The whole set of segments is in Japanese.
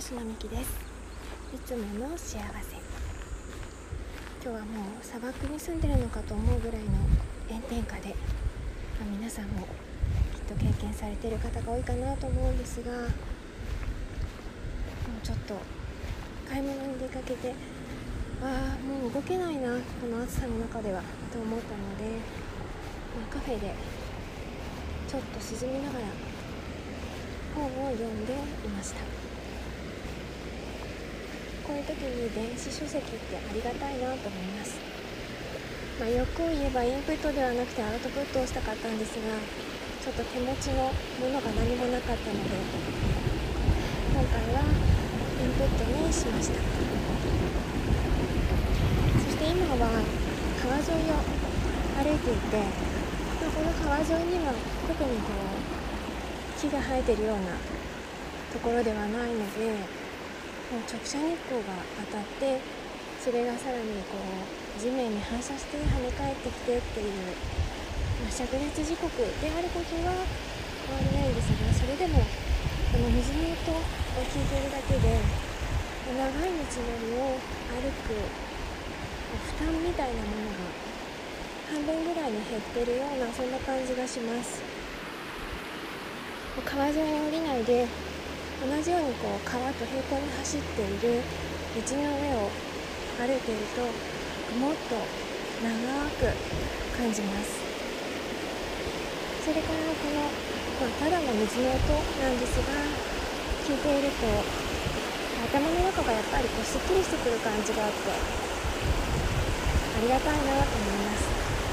星野美希です。いつもの幸せ。今日はもう砂漠に住んでるのかと思うぐらいの炎天下で、皆さんもきっと経験されている方が多いかなと思うんですが、もうちょっと買い物に出かけてもう動けないな、この暑さの中ではと思ったので、カフェでちょっと涼みながら本を読んでいました。こういう時に電子書籍ってありがたいなと思います。欲を言えばインプットではなくてアウトプットをしたかったんですが、ちょっと手持ちのものが何もなかったので、今回はインプットにしました。そして今は川沿いを歩いていて、この川沿いには特に木が生えているようなところではないので、もう直射日光が当たって、それがさらに地面に反射して跳ね返ってきてっていう、灼熱時刻であることは変わりないんですが、それでもこの水の音を聞いているだけで、長い道のりを歩く負担みたいなものが半分ぐらいに減っているような、そんな感じがします。川沿いに降りないで、同じように川と平行に走っている道の上を歩いていると、もっと長く感じます。それからこの、ただの水の音なんですが、聞いていると頭の中がやっぱりすっきりしてくる感じがあって、ありがたいなと思います。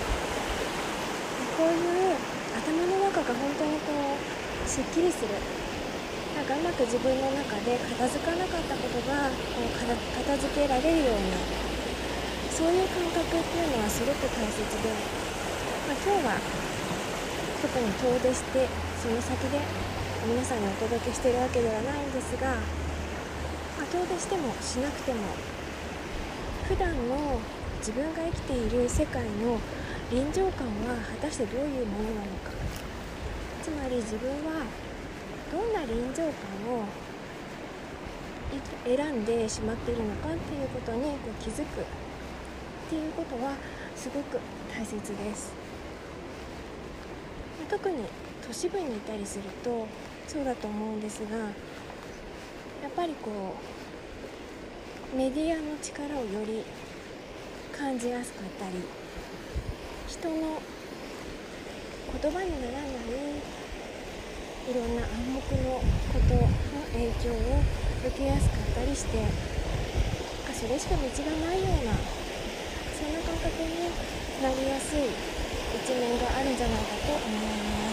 こういう頭の中が本当にすっきりする、うまく自分の中で片付かなかったことが片付けられるような、そういう感覚っていうのはすごく大切で、今日は特に遠出してその先で皆さんにお届けしているわけではないんですが、遠出してもしなくても普段の自分が生きている世界の臨場感は果たしてどういうものなのか、つまり自分はどんな臨場感を選んでしまっているのかっていうことに気づくっていうことはすごく大切です。特に都市部にいたりするとそうだと思うんですが、やっぱりメディアの力をより感じやすかったり、人の言葉にならないいろんな暗黙のことの影響を受けやすかったりして、それしか道がないような、そんな感覚になりやすい一面があるんじゃないかと思います。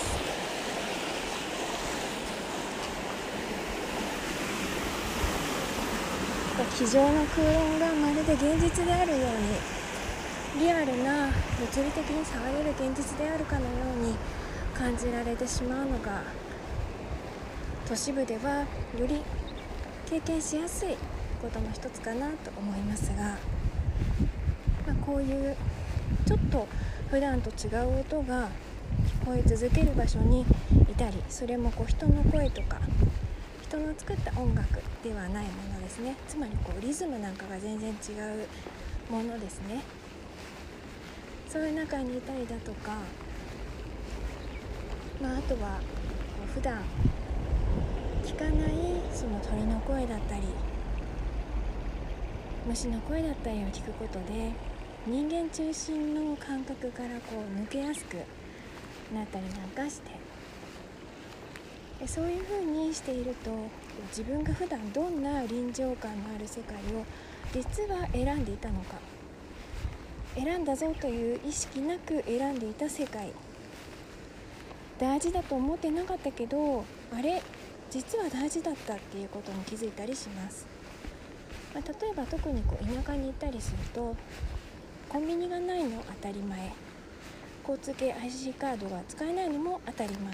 机上の空論がまるで現実であるように、リアルな物理的に触れる現実であるかのように感じられてしまうのが、都市部ではより経験しやすいことの一つかなと思いますが、こういうちょっと普段と違う音が聞こえ続ける場所にいたり、それも人の声とか人の作った音楽ではないものですね。つまりリズムなんかが全然違うものですね。そういう中にいたりだとか、あとは普段聞かないその鳥の声だったり虫の声だったりを聞くことで、人間中心の感覚から抜けやすくなったりなんかして、そういう風にしていると、自分が普段どんな臨場感のある世界を実は選んでいたのか、選んだぞという意識なく選んでいた世界、大事だと思ってなかったけど、あれ実は大事だったっていうことに気づいたりします。例えば特に田舎に行ったりすると、コンビニがないの当たり前、交通系 IC カードが使えないのも当たり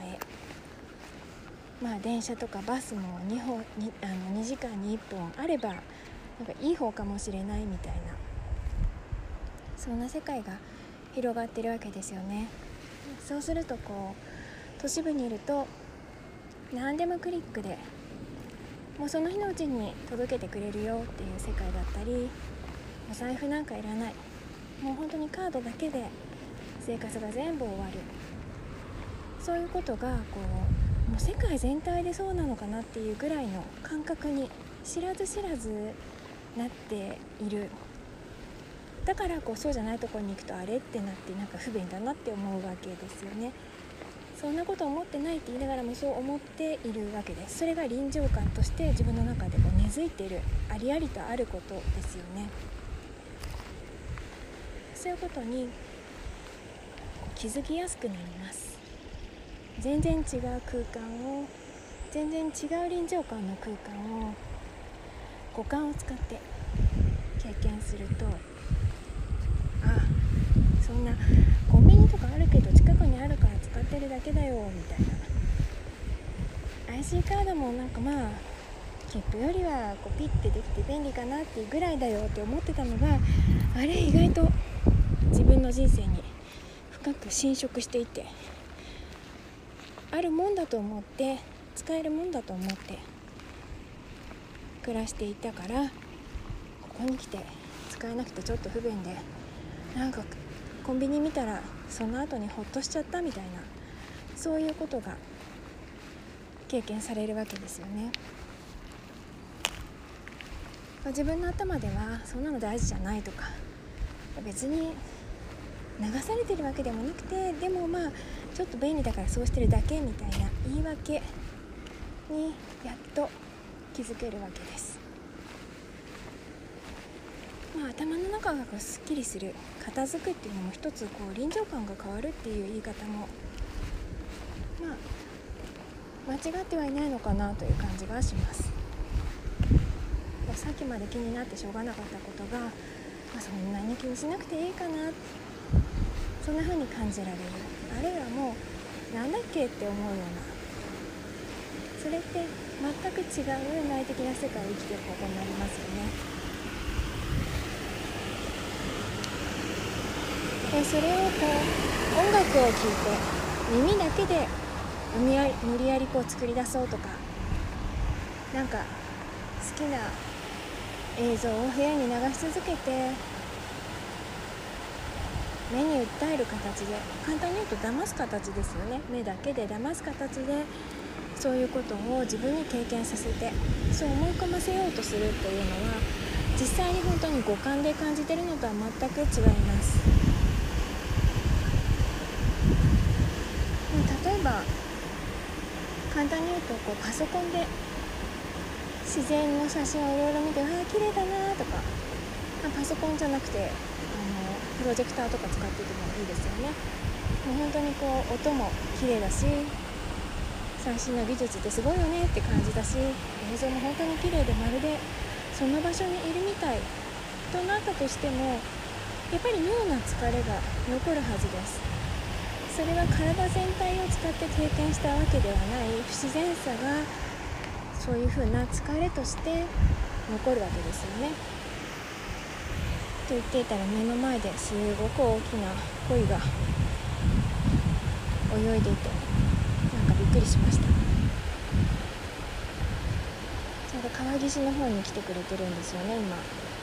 前、電車とかバスも2時間に1本あればいい方かもしれないみたいな、そんな世界が広がってるわけですよね。そうすると都市部にいると何でもクリックでもうその日のうちに届けてくれるよっていう世界だったり、お財布なんかいらない、もう本当にカードだけで生活が全部終わる、そういうことがもう世界全体でそうなのかなっていうぐらいの感覚に知らず知らずなっている。だからそうじゃないところに行くとあれってなってなんか不便だなって思うわけですよね。そんなこと思ってないって言いながらもそう思っているわけです。それが臨場感として自分の中で根付いている、ありありとあることですよね。そういうことに気づきやすくなります。全然違う空間を、全然違う臨場感の空間を五感を使って経験すると、そんなコンビニとかあるけど近くにあるから使ってるだけだよみたいな、 IC カードもなんか切符よりはピッてできて便利かなっていうぐらいだよって思ってたのが、あれ意外と自分の人生に深く侵食していて、あるもんだと思って使えるもんだと思って暮らしていたから、ここに来て使えなくてちょっと不便で、なんかコンビニ見たらその後にホッとしちゃったみたいな、そういうことが経験されるわけですよね。自分の頭ではそんなの大事じゃないとか、別に流されてるわけでもなくて、でもちょっと便利だからそうしてるだけみたいな言い訳にやっと気づけるわけです。頭の中がすっきりする、片付くっていうのも一つ臨場感が変わるっていう言い方も間違ってはいないのかなという感じがします。さっきまで気になってしょうがなかったことが、そんなに気にしなくていいかな、そんな風に感じられる、あるいはもうなんだっけって思うような、それって全く違う内的な世界を生きていることになりますよね。でそれを音楽を聴いて耳だけで無理やり作り出そうとか、なんか好きな映像を部屋に流し続けて目に訴える形で、簡単に言うと騙す形ですよね。目だけで騙す形でそういうことを自分に経験させて、そう思い込ませようとするっていうのは、実際に本当に五感で感じているのとは全く違います。例えば簡単に言うとパソコンで自然の写真をいろいろ見て、綺麗だなとか、パソコンじゃなくてプロジェクターとか使っててもいいですよね。もう本当に音も綺麗だし、最新の技術ってすごいよねって感じだし、映像も本当に綺麗で、まるでその場所にいるみたいとなったとしても、やっぱり妙な疲れが残るはずです。それは体全体を使って経験したわけではない不自然さが、そういう風な疲れとして残るわけですよね。と言っていたら、目の前ですごく大きな鯉が泳いでいて、なんかびっくりしました。ちょうど川岸の方に来てくれてるんですよね、今。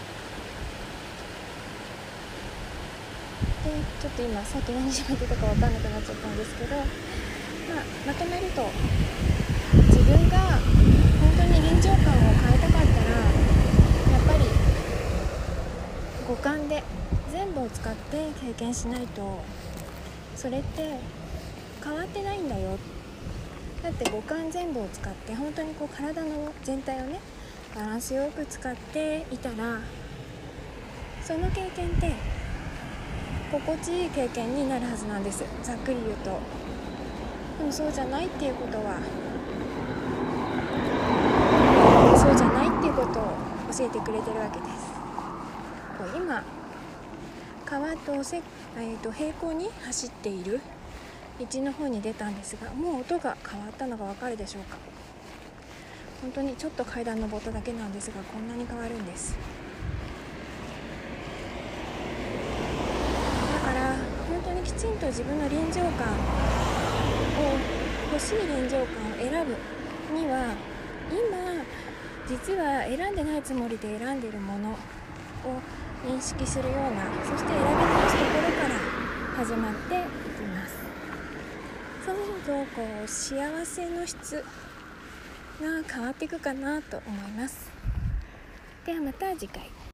でちょっと今さっき何しまってたか分かんなくなっちゃったんですけど、まとめると、自分が本当に臨場感を変えたかったら、やっぱり五感で全部を使って経験しないと、それって変わってないんだよ。だって五感全部を使って本当に体の全体をね、バランスよく使っていたら、その経験って心地いい経験になるはずなんです、ざっくり言うと。でもそうじゃないっていうことは、そうじゃないっていうことを教えてくれてるわけです。今川と平行に走っている道の方に出たんですが、もう音が変わったのがわかるでしょうか。本当にちょっと階段登っただけなんですが、こんなに変わるんです。だから本当にきちんと自分の臨場感を、欲しい臨場感を選ぶには、今実は選んでないつもりで選んでいるものを認識するような、そして選び直すところから始まっていきます。そうすると幸せの質が変わっていくかなと思います。ではまた次回。